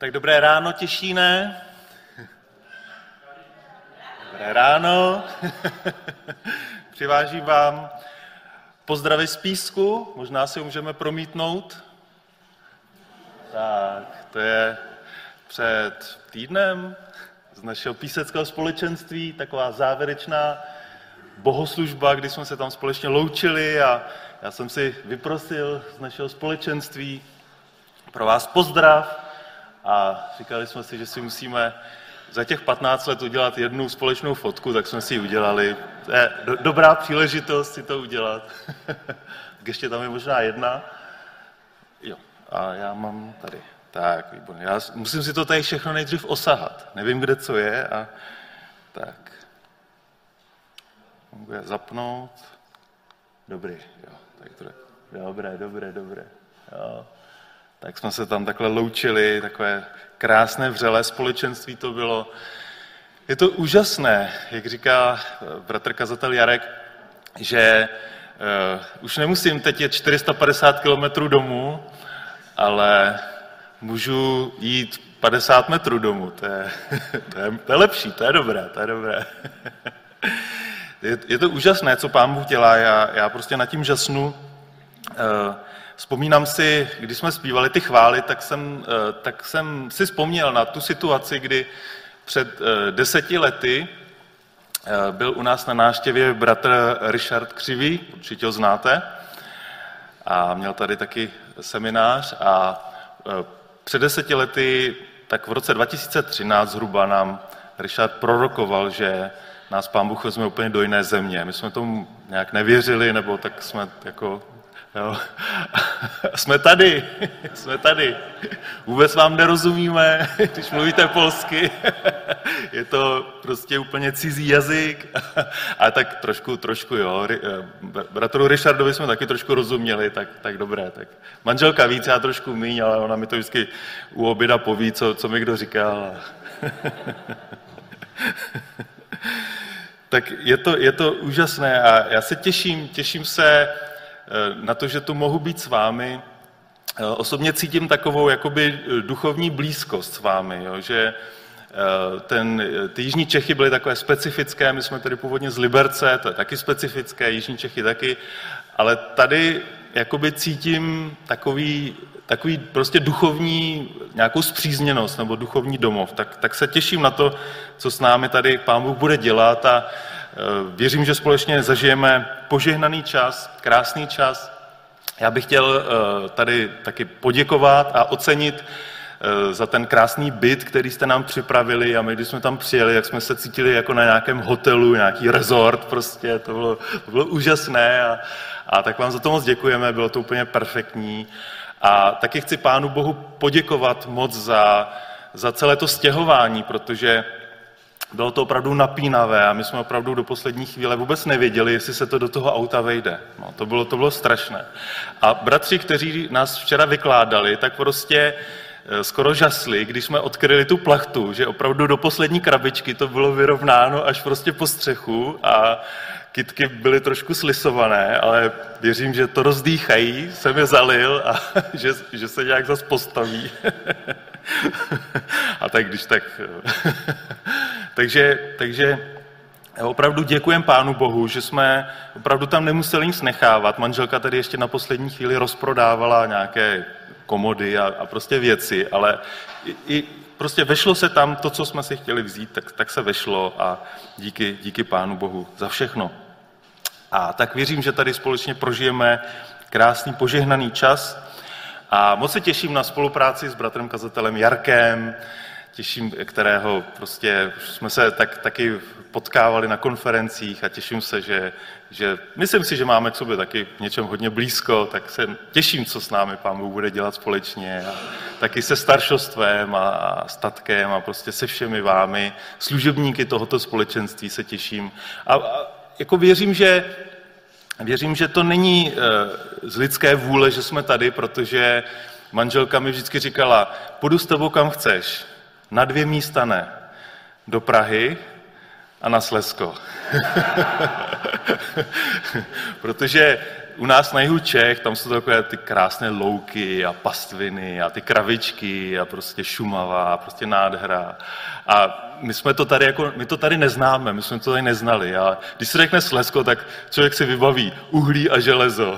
Tak dobré ráno, Těšíne. Dobré ráno. Přivážím vám pozdravy z Písku, možná si ho můžeme promítnout. Tak, to je před týdnem z našeho píseckého společenství, taková závěrečná bohoslužba, kdy jsme se tam společně loučili a já jsem si vyprosil z našeho společenství pro vás pozdrav a říkali jsme si, že si musíme za těch 15 let udělat jednu společnou fotku, tak jsme si ji udělali. To je dobrá příležitost si to udělat. Tak ještě tam je možná jedna. Jo, a já mám tady. Tak, výborně. Já musím si to tady všechno nejdřív osahat. Nevím, kde co je a tak. Můžu je zapnout. Dobrý, jo. Tak to je. Dobré. Jo. Tak jsme se tam takhle loučili, takové krásné vřelé společenství to bylo. Je to úžasné, jak říká bratr kazatel Jarek, že už nemusím teď jet 450 kilometrů domů, ale můžu jít 50 metrů domů. To je lepší, to je dobré. Je to úžasné, co Pán Bůh dělá, já prostě nad tím žasnu. Vzpomínám si, když jsme zpívali ty chvály, tak jsem si vzpomněl na tu situaci, kdy před 10 lety byl u nás na návštěvě bratr Richard Křivý, určitě ho znáte, a měl tady taky seminář a před 10 lety, tak v roce 2013 zhruba nám Richard prorokoval, že nás Pán Bůh vezme úplně do jiné země. My jsme tomu nějak nevěřili, nebo tak jsme jako... Jo. Jsme tady. Vůbec vám nerozumíme, když mluvíte polsky. Je to prostě úplně cizí jazyk. A tak trošku, jo. Bratru Richardovi jsme taky trošku rozuměli, tak dobré. Tak manželka víc, já trošku míň, ale ona mi to vždycky u oběda poví, co mi kdo říkal. Tak je to úžasné a já se těším se na to, že tu mohu být s vámi. Osobně cítím takovou jakoby duchovní blízkost s vámi, jo? Že ty jižní Čechy byly takové specifické, my jsme tedy původně z Liberce, to je taky specifické, jižní Čechy taky, ale tady jakoby cítím takový prostě duchovní nějakou spřízněnost nebo duchovní domov, tak se těším na to, co s námi tady Pán Bůh bude dělat a věřím, že společně zažijeme požehnaný čas, krásný čas. Já bych chtěl tady taky poděkovat a ocenit za ten krásný byt, který jste nám připravili a my, když jsme tam přijeli, jak jsme se cítili jako na nějakém hotelu, nějaký resort prostě, to bylo úžasné a tak vám za to moc děkujeme, bylo to úplně perfektní. A taky chci Pánu Bohu poděkovat moc za celé to stěhování, protože bylo to opravdu napínavé a my jsme opravdu do poslední chvíle vůbec nevěděli, jestli se to do toho auta vejde. No, to bylo strašné. A bratři, kteří nás včera vykládali, tak prostě skoro žasli, když jsme odkryli tu plachtu, že opravdu do poslední krabičky to bylo vyrovnáno až prostě po střechu a kytky byly trošku slisované, ale věřím, že to rozdýchají, jsem je zalil a že se nějak zas postaví. A tak když tak... takže opravdu děkujem Pánu Bohu, že jsme opravdu tam nemuseli nic nechávat. Manželka tady ještě na poslední chvíli rozprodávala nějaké komody a prostě věci, ale i prostě vešlo se tam to, co jsme si chtěli vzít, tak se vešlo a díky Pánu Bohu za všechno. A tak věřím, že tady společně prožijeme krásný požehnaný čas a moc se těším na spolupráci s bratrem kazatelem Jarkem, kterého prostě jsme se taky potkávali na konferencích a těším se, že myslím si, že máme k sobě taky v něčem hodně blízko, tak se těším, co s námi Pán Bůh bude dělat společně a taky se staršostvem a statkem a prostě se všemi vámi, služebníky tohoto společenství se těším. A jako věřím, že to není z lidské vůle, že jsme tady, protože manželka mi vždycky říkala, půjdu s tebou kam chceš, na 2 místa ne, do Prahy a na Slezsko. Protože u nás na jihu Čech, tam jsou takové ty krásné louky a pastviny a ty kravičky a prostě Šumava, prostě nádhera. A my to tady neznáme, my jsme to tady neznali. A když se řekne Slezsko, tak člověk si vybaví uhlí a železo.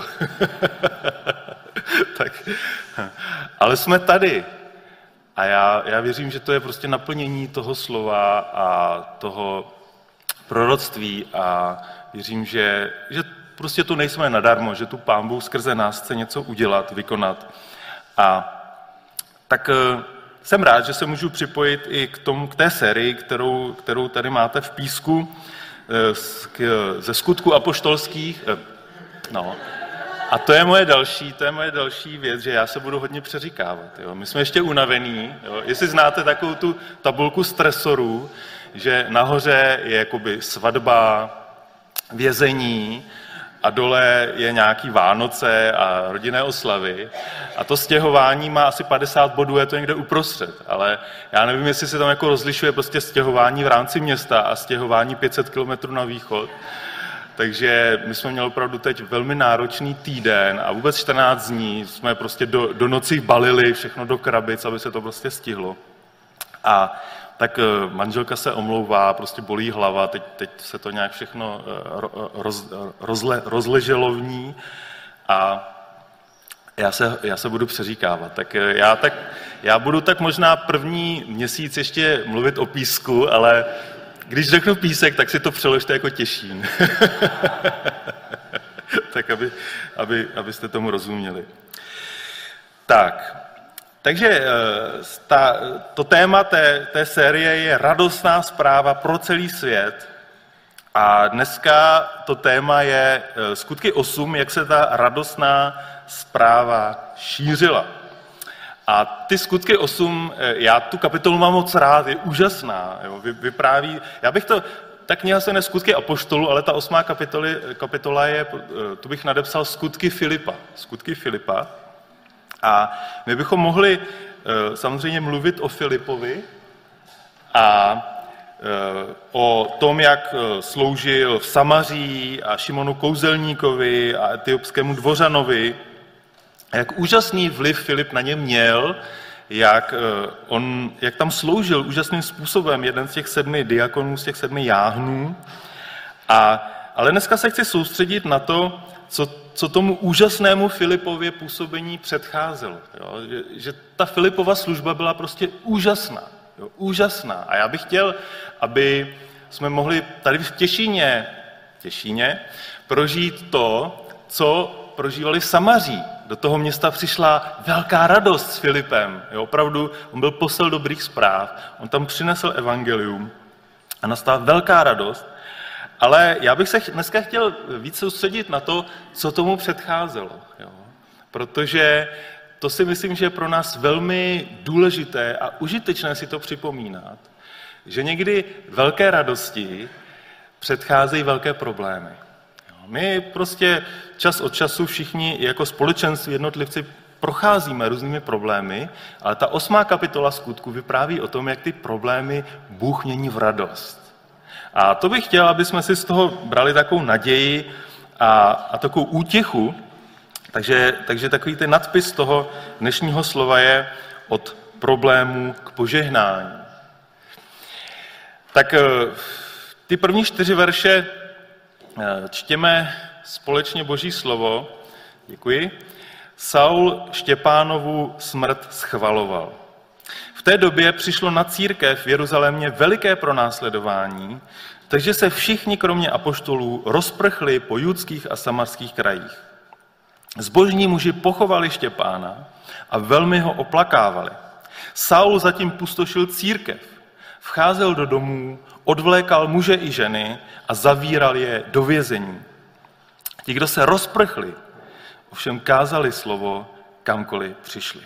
Ale jsme tady. A já věřím, že to je prostě naplnění toho slova a toho proroctví a věřím, že prostě tu nejsme nadarmo, že tu Pán Bůh skrze nás chce něco udělat, vykonat. A tak jsem rád, že se můžu připojit i k té sérii, kterou tady máte v písku ze Skutků apoštolských. No. A to je moje další věc, že já se budu hodně přeříkávat. Jo. My jsme ještě unavení. Jo. Jestli znáte takovou tu tabulku stresorů, že nahoře je jakoby svatba, vězení a dole je nějaký Vánoce a rodinné oslavy. A to stěhování má asi 50 bodů, je to někde uprostřed. Ale já nevím, jestli se tam jako rozlišuje prostě stěhování v rámci města a stěhování 500 kilometrů na východ. Takže my jsme měli opravdu teď velmi náročný týden a vůbec 14 dní jsme prostě do noci balili všechno do krabic, aby se to prostě stihlo. A tak manželka se omlouvá, prostě bolí hlava, teď se to nějak všechno rozleželo v ní a já se budu přeříkávat. Tak já budu tak možná první měsíc ještě mluvit o písku, ale když řeknu písek, tak si to přeložte jako Těšín. Tak abyste tomu rozuměli. Takže to téma té série je radostná zpráva pro celý svět. A dneska to téma je Skutky 8, jak se ta radostná zpráva šířila. A ty Skutky 8, já tu kapitolu mám moc rád, je úžasná. Jo, vypráví, ta kniha se jmenuje Skutky apoštolů, ale ta 8. kapitola je, tu bych nadepsal Skutky Filipa. A my bychom mohli samozřejmě mluvit o Filipovi a o tom, jak sloužil v Samaří a Šimonu Kouzelníkovi a etiopskému dvořanovi, jak úžasný vliv Filip na ně měl, jak tam sloužil úžasným způsobem, jeden z těch 7 diakonů, z těch 7 jáhnů. Ale dneska se chci soustředit na to, co tomu úžasnému Filipově působení předcházelo. Jo? Že ta Filipova služba byla prostě úžasná. Jo? Úžasná. A já bych chtěl, aby jsme mohli tady v Těšíně prožít to, co prožívali v Samaří. Do toho města přišla velká radost s Filipem. Jo? Opravdu, on byl posel dobrých zpráv, on tam přinesl evangelium a nastala velká radost. Ale já bych se dneska chtěl víc soustředit na to, co tomu předcházelo. Jo? Protože to si myslím, že je pro nás velmi důležité a užitečné si to připomínat, že někdy velké radosti předcházejí velké problémy. Jo? My prostě čas od času všichni jako společenství, jednotlivci procházíme různými problémy, ale ta 8. kapitola Skutků vypráví o tom, jak ty problémy Bůh mění v radost. A to bych chtěl, aby jsme si z toho brali takovou naději a takovou útěchu. Takže takový ten nadpis toho dnešního slova je od problémů k požehnání. Tak ty první 4 verše čtěme společně Boží slovo. Děkuji. Saul Štěpánovu smrt schvaloval. V té době přišlo na církev v Jeruzalémě veliké pronásledování, takže se všichni, kromě apoštolů, rozprchli po judských a samarských krajích. Zbožní muži pochovali Štěpána a velmi ho oplakávali. Saul zatím pustošil církev, vcházel do domů, odvlékal muže i ženy a zavíral je do vězení. Ti, kdo se rozprchli, ovšem kázali slovo, kamkoliv přišli.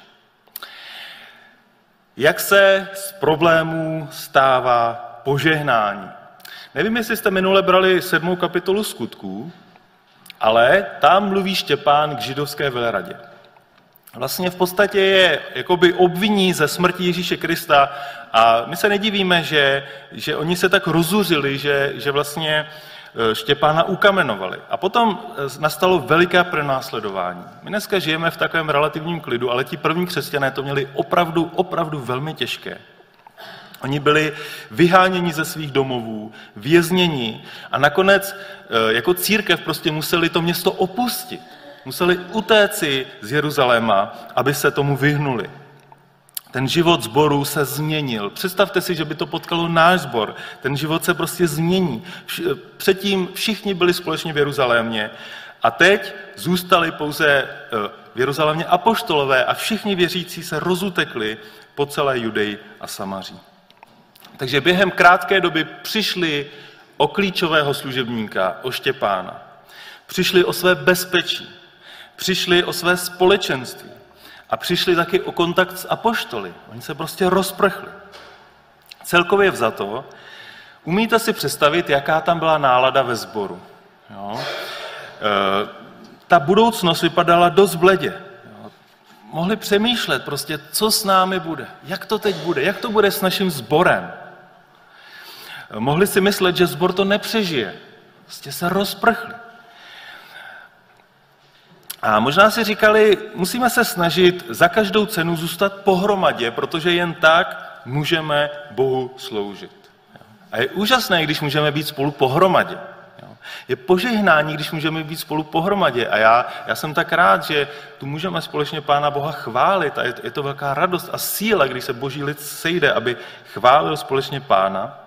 Jak se z problémů stává požehnání? Nevím, jestli jste minule brali 7. kapitolu Skutků, ale tam mluví Štěpán k židovské veleradě. Vlastně v podstatě je jakoby obviní ze smrti Ježíše Krista a my se nedivíme, že oni se tak rozuřili, že vlastně Štěpána ukamenovali. A potom nastalo veliké pronásledování. My dneska žijeme v takovém relativním klidu, ale ti první křesťané to měli opravdu velmi těžké. Oni byli vyháněni ze svých domovů, vězněni a nakonec jako církev prostě museli to město opustit. Museli utéci z Jeruzaléma, aby se tomu vyhnuli. Ten život sboru se změnil. Představte si, že by to potkalo náš sbor. Ten život se prostě změní. Předtím všichni byli společně v Jeruzalémě a teď zůstali pouze v Jeruzalémě apoštolové a všichni věřící se rozutekli po celé Judeji a Samaří. Takže během krátké doby přišli o klíčového služebníka, o Štěpána. Přišli o své bezpečí, přišli o své společenství a přišli taky o kontakt s apoštoly. Oni se prostě rozprchli. Celkově vzato, umíte si představit, jaká tam byla nálada ve sboru. Jo? Ta budoucnost vypadala dost bledě. Jo? Mohli přemýšlet prostě, co s námi bude, jak to teď bude, jak to bude s naším sborem. Mohli si myslet, že sbor to nepřežije. Prostě se rozprchli. A možná si říkali, musíme se snažit za každou cenu zůstat pohromadě, protože jen tak můžeme Bohu sloužit. A je úžasné, když můžeme být spolu pohromadě. Je požehnání, když můžeme být spolu pohromadě. A já jsem tak rád, že tu můžeme společně Pána Boha chválit. A je to velká radost a síla, když se Boží lid sejde, aby chválil společně Pána.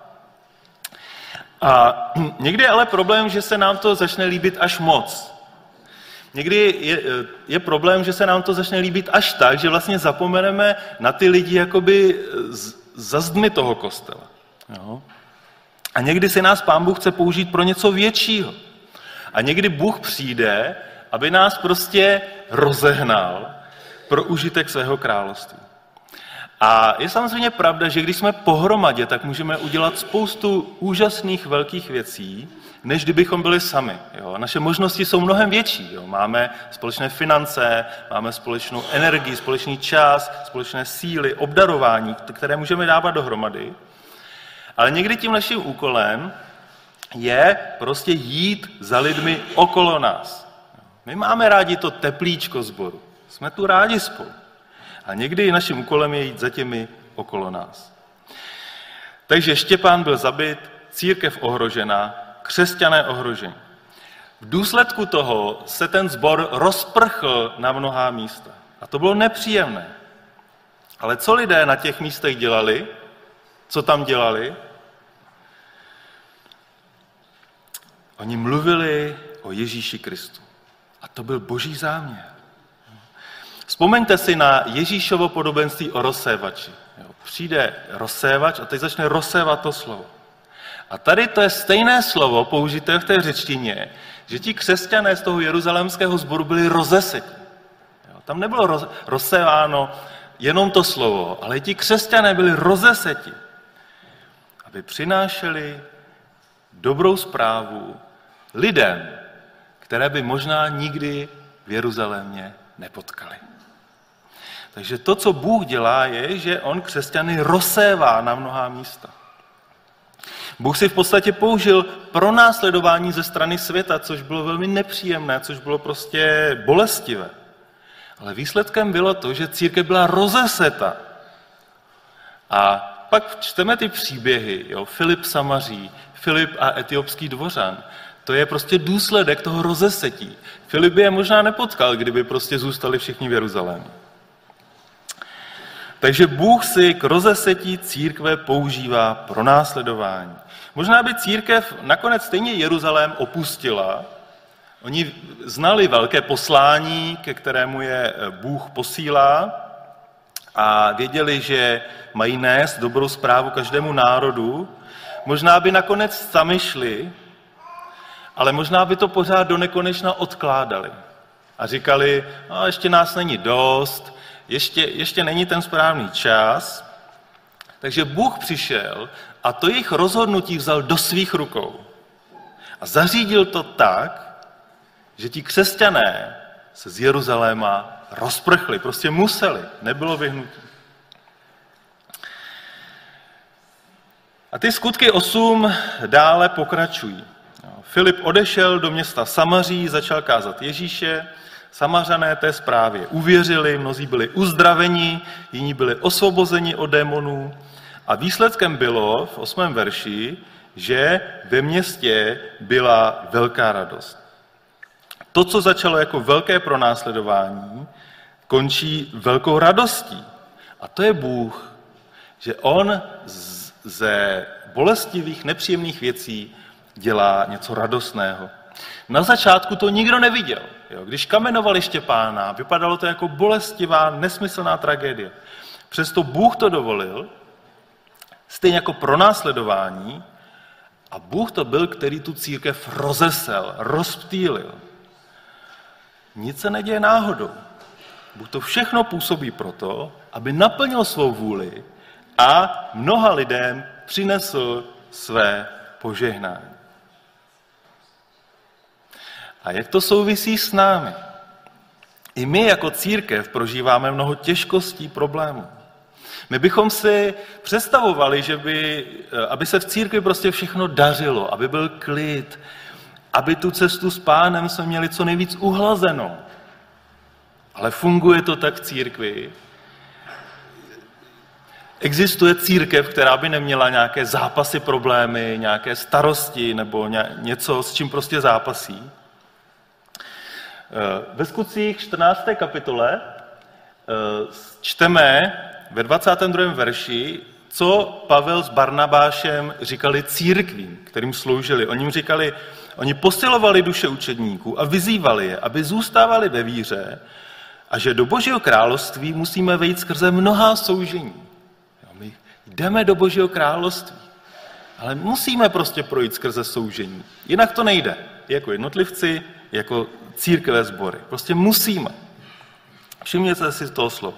A někdy je ale problém, že se nám to začne líbit až moc. Někdy je problém, že se nám to začne líbit až tak, že vlastně zapomeneme na ty lidi jakoby za zdmi toho kostela. Jo? A někdy si nás Pán Bůh chce použít pro něco většího. A někdy Bůh přijde, aby nás prostě rozehnal pro užitek svého království. A je samozřejmě pravda, že když jsme pohromadě, tak můžeme udělat spoustu úžasných velkých věcí, než kdybychom byli sami. Jo. Naše možnosti jsou mnohem větší. Jo. Máme společné finance, máme společnou energii, společný čas, společné síly, obdarování, které můžeme dávat dohromady. Ale někdy tím naším úkolem je prostě jít za lidmi okolo nás. My máme rádi to teplíčko sboru. Jsme tu rádi spolu. A někdy naším úkolem je jít za těmi okolo nás. Takže Štěpán byl zabit, církev ohrožena, křesťané ohroženi. V důsledku toho se ten sbor rozprchl na mnohá místa. A to bylo nepříjemné. Ale co lidé na těch místech dělali? Co tam dělali? Oni mluvili o Ježíši Kristu. A to byl Boží záměr. Vzpomeňte si na Ježíšovo podobenství o rozsévači. Přijde rozsévač a teď začne rozsévat to slovo. A tady to je stejné slovo použité v té řečtině, že ti křesťané z toho jeruzalémského sboru byli rozeseti. Tam nebylo rozséváno jenom to slovo, ale ti křesťané byli rozeseti, aby přinášeli dobrou zprávu lidem, které by možná nikdy v Jeruzalémě nepotkali. Takže to, co Bůh dělá, je, že on křesťany rozsévá na mnohá místa. Bůh si v podstatě použil pronásledování ze strany světa, což bylo velmi nepříjemné, což bylo prostě bolestivé. Ale výsledkem bylo to, že církev byla rozeseta. A pak čteme ty příběhy, jo, Filip Samaří, Filip a etiopský dvořan. To je prostě důsledek toho rozesetí. Filip by je možná nepotkal, kdyby prostě zůstali všichni v Jeruzalému. Takže Bůh si k rozesetí církve používá pronásledování. Možná by církev nakonec stejně Jeruzalém opustila. Oni znali velké poslání, ke kterému je Bůh posílá a věděli, že mají nést dobrou zprávu každému národu. Možná by nakonec sami šli, ale možná by to pořád do nekonečna odkládali. A říkali, no, ještě nás není dost, ještě není ten správný čas. Takže Bůh přišel a to jejich rozhodnutí vzal do svých rukou. A zařídil to tak, že ti křesťané se z Jeruzaléma rozprchli. Prostě museli, nebylo vyhnutí. A ty skutky 8 dále pokračují. Filip odešel do města Samaří, začal kázat Ježíše, Samařané té zprávě uvěřili, mnozí byli uzdraveni, jiní byli osvobozeni od démonů a výsledkem bylo v 8. verši, že ve městě byla velká radost. To, co začalo jako velké pronásledování, končí velkou radostí. A to je Bůh, že on ze bolestivých, nepříjemných věcí dělá něco radostného. Na začátku to nikdo neviděl. Jo? Když kamenovali Štěpána, vypadalo to jako bolestivá, nesmyslná tragédie. Přesto Bůh to dovolil, stejně jako pronásledování, a Bůh to byl, který tu církev rozesel, rozptýlil. Nic se neděje náhodou. Bůh to všechno působí proto, aby naplnil svou vůli a mnoha lidem přinesl své požehnání. A jak to souvisí s námi? I my jako církev prožíváme mnoho těžkostí, problémů. My bychom si představovali, aby se v církvi prostě všechno dařilo, aby byl klid, aby tu cestu s Pánem jsme měli co nejvíc uhlazenou. Ale funguje to tak v církvi. Existuje církev, která by neměla nějaké zápasy, problémy, nějaké starosti nebo něco, s čím prostě zápasí. Ve Skutcích 14. kapitole čteme ve 22. verši, co Pavel s Barnabášem říkali církvím, kterým sloužili. Oni posilovali duše učedníků a vyzývali je, aby zůstávali ve víře a že do Božího království musíme vejít skrze mnohá soužení. My jdeme do Božího království, ale musíme prostě projít skrze soužení. Jinak to nejde. Jako jednotlivci, jako církve sbory. Prostě musíme. Všimněte si toho slova.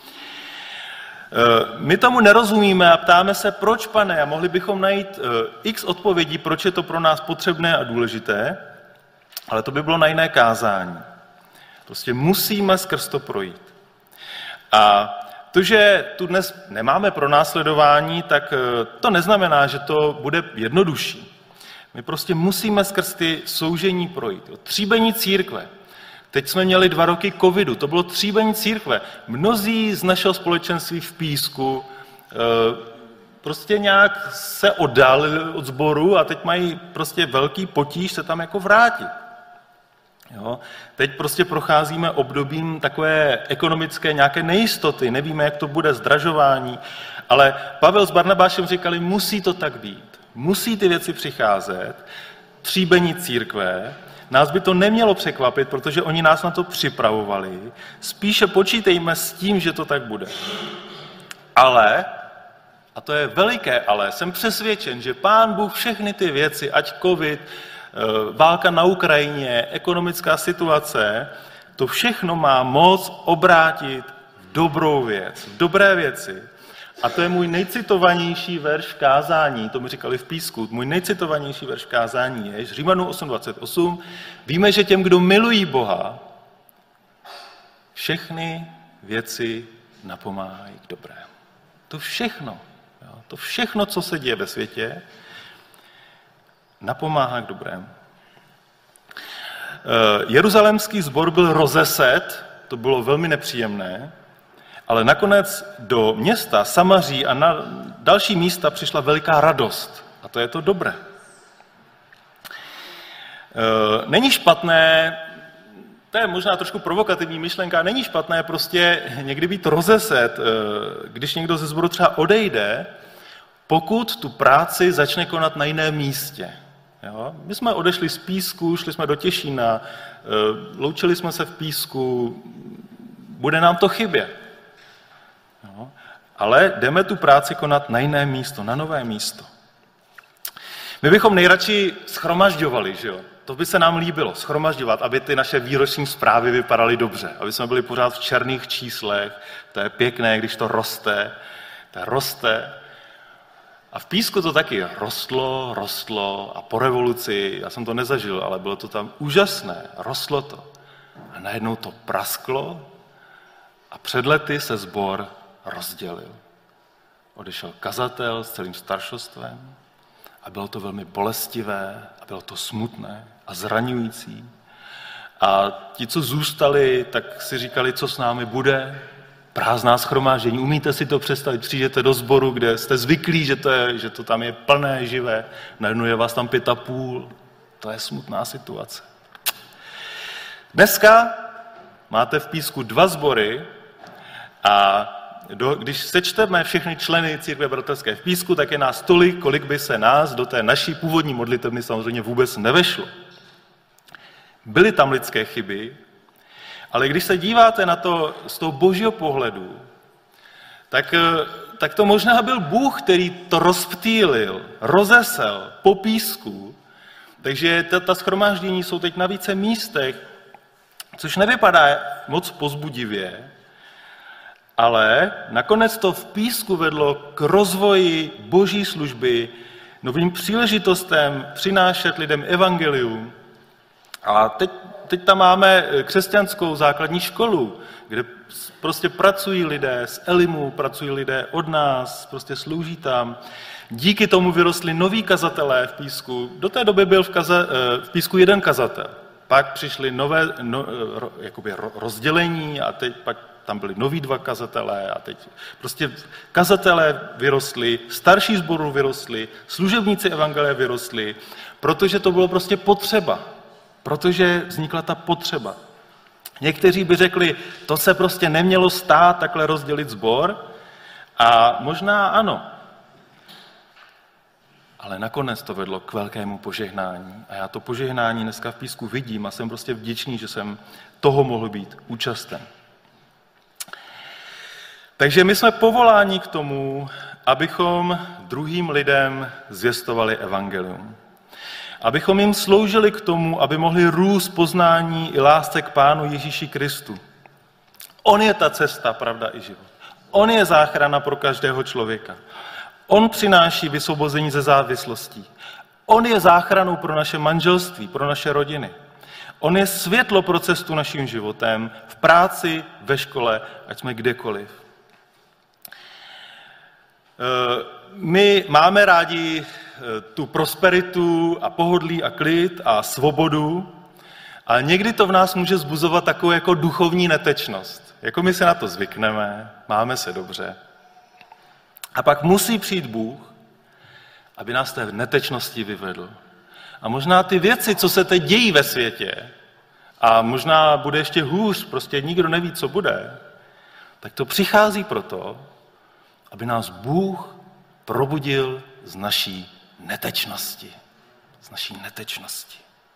My tomu nerozumíme a ptáme se, proč, Pane, a mohli bychom najít x odpovědí, proč je to pro nás potřebné a důležité, ale to by bylo na jiné kázání. Prostě musíme skrz to projít. A to, že tu dnes nemáme pronásledování, tak to neznamená, že to bude jednodušší. My prostě musíme skrz ty soužení projít. Tříbení církve. Teď jsme měli 2 roky covidu, to bylo tříbení církve. Mnozí z našeho společenství v Písku prostě nějak se oddálili od sboru a teď mají prostě velký potíž se tam jako vrátit. Jo? Teď prostě procházíme obdobím takové ekonomické nějaké nejistoty, nevíme, jak to bude, zdražování, ale Pavel s Barnabášem říkali, musí to tak být, musí ty věci přicházet, tříbení církve. Nás by to nemělo překvapit, protože oni nás na to připravovali. Spíše počítejme s tím, že to tak bude. Ale, a to je veliké ale, jsem přesvědčen, že Pán Bůh všechny ty věci, ať covid, válka na Ukrajině, ekonomická situace, to všechno má moc obrátit v dobrou věc, v dobré věci. A to je můj nejcitovanější verš v kázání, to mi říkali v Písku, můj nejcitovanější verš v kázání je z Římanů 8.28. Víme, že těm, kdo milují Boha, všechny věci napomáhají k dobrému. To všechno, co se děje ve světě, napomáhá k dobrému. Jeruzalémský sbor byl rozeset, to bylo velmi nepříjemné, ale nakonec do města Samaří a na další místa přišla veliká radost. A to je to dobré. Není špatné, to je možná trošku provokativní myšlenka, není špatné prostě někdy být rozeset, když někdo ze sboru třeba odejde, pokud tu práci začne konat na jiném místě. Jo? My jsme odešli z Písku, šli jsme do Těšína, loučili jsme se v Písku, bude nám to chybět. Jo? Ale jdeme tu práci konat na jiné místo, na nové místo. My bychom nejradši shromažďovali, že jo? To by se nám líbilo, shromažďovat, aby ty naše výroční zprávy vypadaly dobře, aby jsme byli pořád v černých číslech, to je pěkné, když to roste. A v Písku to taky rostlo a po revoluci, já jsem to nezažil, ale bylo to tam úžasné, rostlo to. A najednou to prasklo a před lety se sbor rozdělil. Odešel kazatel s celým staršostvem A bylo to velmi bolestivé, a bylo to smutné a zraňující. A ti, co zůstali, tak si říkali, co s námi bude. Prázdná shromáždění. Umíte si to představit? Přijdete do sboru, kde jste zvyklí, že to tam je plné, živé. Najednou je vás tam 5,5. To je smutná situace. Dneska máte v Písku 2 sbory a když sečteme všechny členy Církve bratrské v Písku, tak je nás tolik, kolik by se nás do té naší původní modlitevny samozřejmě vůbec nevešlo. Byly tam lidské chyby, ale když se díváte na to z toho božího pohledu, tak to možná byl Bůh, který to rozptýlil, rozesel po písku, takže ta shromáždění jsou teď na více místech, což nevypadá moc povzbudivě, ale nakonec to v písku vedlo k rozvoji boží služby, novým příležitostem přinášet lidem evangelium. A teď tam máme křesťanskou základní školu, kde prostě pracují lidé z Elimu, pracují lidé od nás, prostě slouží tam. Díky tomu vyrostli noví kazatelé v Písku. Do té doby byl v Písku jeden kazatel. Pak přišly nové rozdělení a teď pak tam byli noví 2 kazatelé a teď prostě kazatelé vyrostli, starší sboru vyrostli, služebníci evangelia vyrostli, protože to bylo prostě potřeba. Protože vznikla ta potřeba. Někteří by řekli, to se prostě nemělo stát takhle rozdělit sbor a možná ano. Ale nakonec to vedlo k velkému požehnání. A já to požehnání dneska v Písku vidím a jsem prostě vděčný, že jsem toho mohl být účasten. Takže my jsme povoláni k tomu, abychom druhým lidem zvěstovali evangelium. Abychom jim sloužili k tomu, aby mohli růst poznání i lásce k Pánu Ježíši Kristu. On je ta cesta, pravda i život. On je záchrana pro každého člověka. On přináší vysvobození ze závislostí. On je záchranou pro naše manželství, pro naše rodiny. On je světlo pro cestu naším životem, v práci, ve škole, ať jsme kdekoliv. My máme rádi tu prosperitu a pohodlí a klid a svobodu, ale někdy to v nás může vzbuzovat takovou jako duchovní netečnost. Jako my se na to zvykneme, máme se dobře. A pak musí přijít Bůh, aby nás té netečnosti vyvedl. A možná ty věci, co se teď dějí ve světě, a možná bude ještě hůř, prostě nikdo neví, co bude, tak to přichází proto, aby nás Bůh probudil z naší netečnosti. Z naší netečnosti.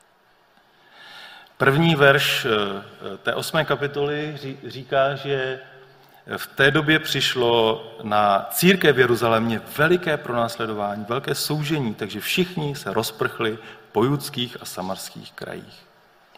První verš té 8. kapitoly říká, že v té době přišlo na církev v Jeruzalémě veliké pronásledování, velké soužení, takže všichni se rozprchli po judských a samarských krajích.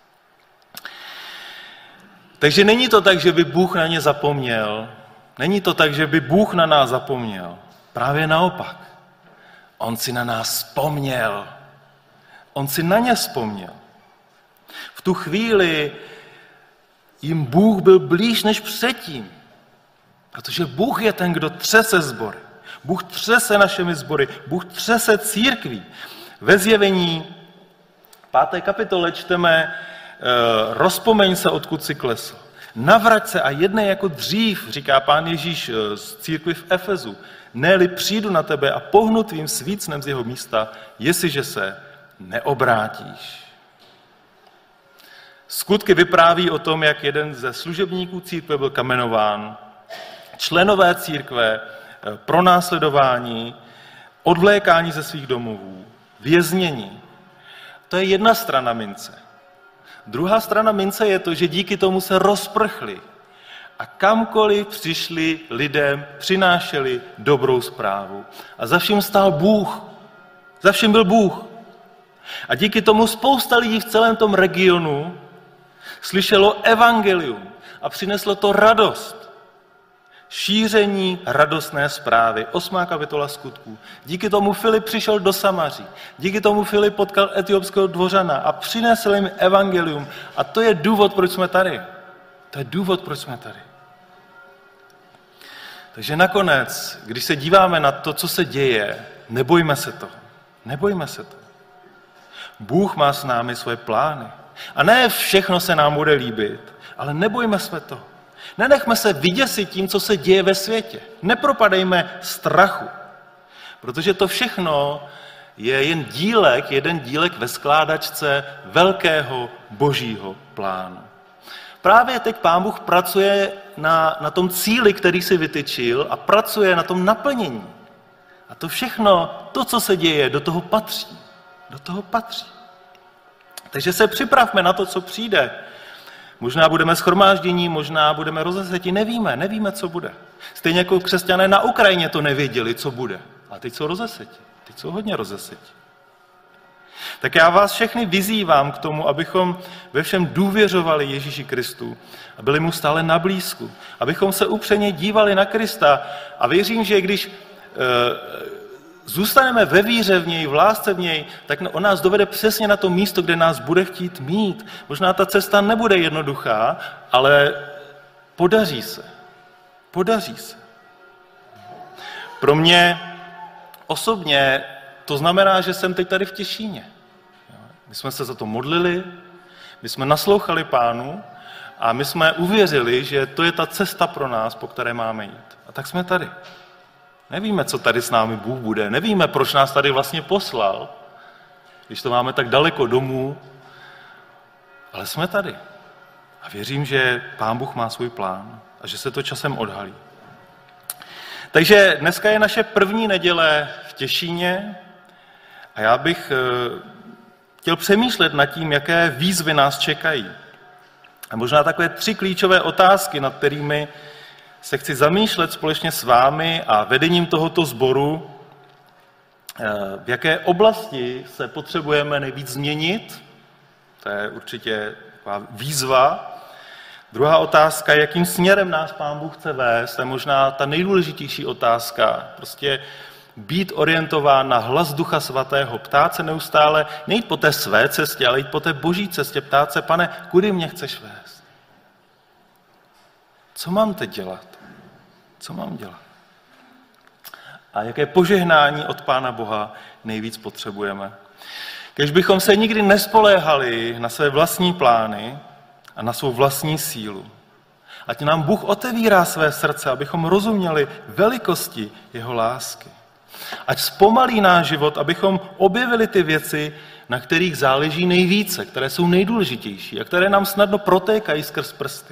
Takže není to tak, že by Bůh na ně zapomněl, není to tak, že by Bůh na nás zapomněl. Právě naopak. On si na nás vzpomněl. On si na ně vzpomněl. V tu chvíli jim Bůh byl blíž než předtím. Protože Bůh je ten, kdo třese sbory. Bůh třese našimi sbory. Bůh třese církví. Ve Zjevení 5. kapitole čteme rozpomeň se, odkud si klesl. Navrať se a jednej jako dřív, říká Pán Ježíš z církvi v Efezu. Ne-li přijdu na tebe a pohnu tvým svícnem z jeho místa, jestliže se neobrátíš. Skutky vypráví o tom, jak jeden ze služebníků církve byl kamenován, členové církve, pronásledování, odvlékání ze svých domovů, věznění. To je jedna strana mince. Druhá strana mince je to, že díky tomu se rozprchli a kamkoliv přišli lidem, přinášeli dobrou zprávu. A za vším stál Bůh. Za vším byl Bůh. A díky tomu spousta lidí v celém tom regionu slyšelo evangelium a přineslo to radost. Šíření radostné zprávy. 8. kapitola Skutků. Díky tomu Filip přišel do Samaří. Díky tomu Filip potkal etiopského dvořana a přinesl jim evangelium. A to je důvod, proč jsme tady. To je důvod, proč jsme tady. Takže nakonec, když se díváme na to, co se děje, nebojme se toho. Nebojme se to. Bůh má s námi svoje plány. A ne všechno se nám bude líbit, ale nebojme se to. Nenechme se vyděsit tím, co se děje ve světě. Nepropadejme strachu, protože to všechno je jeden dílek ve skládačce velkého božího plánu. Právě teď Pán Bůh pracuje na tom cíli, který si vytyčil, a pracuje na tom naplnění. A to všechno, to, co se děje, do toho patří. Do toho patří. Takže se připravme na to, co přijde. Možná budeme shromáždění, možná budeme rozeseti, nevíme, co bude. Stejně jako křesťané na Ukrajině to nevěděli, co bude. A teď jsou rozeseti, teď jsou hodně rozeseti. Tak já vás všechny vyzývám k tomu, abychom ve všem důvěřovali Ježíši Kristu a byli mu stále na blízku. Abychom se upřeně dívali na Krista a věřím, že když zůstaneme ve víře v něj, v lásce v něj, tak on nás dovede přesně na to místo, kde nás bude chtít mít. Možná ta cesta nebude jednoduchá, ale podaří se. Podaří se. Pro mě osobně to znamená, že jsem teď tady v Těšíně. My jsme se za to modlili, my jsme naslouchali Pánu a my jsme uvěřili, že to je ta cesta pro nás, po které máme jít. A tak jsme tady. Nevíme, co tady s námi Bůh bude, nevíme, proč nás tady vlastně poslal, když to máme tak daleko domů, ale jsme tady. A věřím, že Pán Bůh má svůj plán a že se to časem odhalí. Takže dneska je naše první neděle v Těšíně a já bych chtěl přemýšlet nad tím, jaké výzvy nás čekají. A možná takové 3 klíčové otázky, nad kterými se chci zamýšlet společně s vámi a vedením tohoto sboru, v jaké oblasti se potřebujeme nejvíc změnit, to je určitě taková výzva. Druhá otázka, jakým směrem nás Pán Bůh chce vést, to je možná ta nejdůležitější otázka, prostě být orientován na hlas Ducha Svatého, ptát se neustále, nejít po té své cestě, ale jít po té boží cestě, ptát se, Pane, kudy mě chceš vést? Co mám teď dělat? Co mám dělat? A jaké požehnání od Pána Boha nejvíc potřebujeme? Když bychom se nikdy nespoléhali na své vlastní plány a na svou vlastní sílu. Ať nám Bůh otevírá své srdce, abychom rozuměli velikosti jeho lásky. Ať zpomalí náš život, abychom objevili ty věci, na kterých záleží nejvíce, které jsou nejdůležitější a které nám snadno protékají skrz prsty.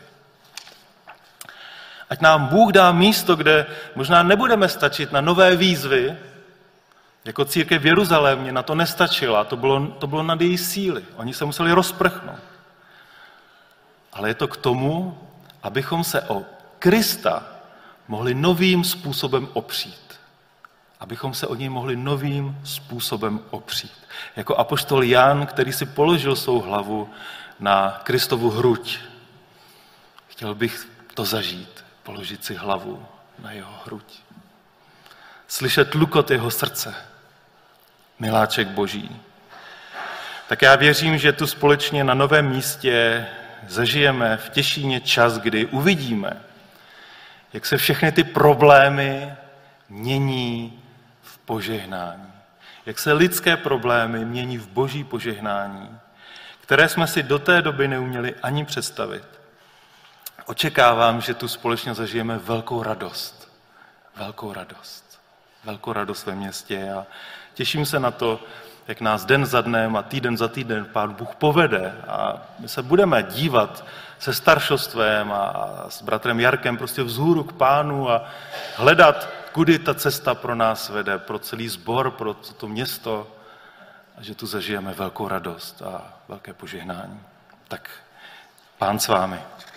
Ať nám Bůh dá místo, kde možná nebudeme stačit na nové výzvy, jako církev v Jeruzalémě na to nestačila, to bylo nad její síly. Oni se museli rozprchnout. Ale je to k tomu, abychom se o Krista mohli novým způsobem opřít. Abychom se o něj mohli novým způsobem opřít. Jako apoštol Jan, který si položil svou hlavu na Kristovu hruď. Chtěl bych to zažít, položit si hlavu na jeho hruď. Slyšet lukot jeho srdce. Miláček Boží. Tak já věřím, že tu společně na novém místě zažijeme v Těšíně čas, kdy uvidíme, jak se všechny ty problémy mění v požehnání. Jak se lidské problémy mění v boží požehnání, které jsme si do té doby neuměli ani představit. Očekávám, že tu společně zažijeme velkou radost. Velkou radost. Velkou radost ve městě a těším se na to, jak nás den za dnem a týden za týden Pán Bůh povede a my se budeme dívat se staršostvem a s bratrem Jarkem prostě vzhůru k Pánu a hledat, kudy ta cesta pro nás vede, pro celý sbor, pro to město a že tu zažijeme velkou radost a velké požehnání. Tak Pán s vámi.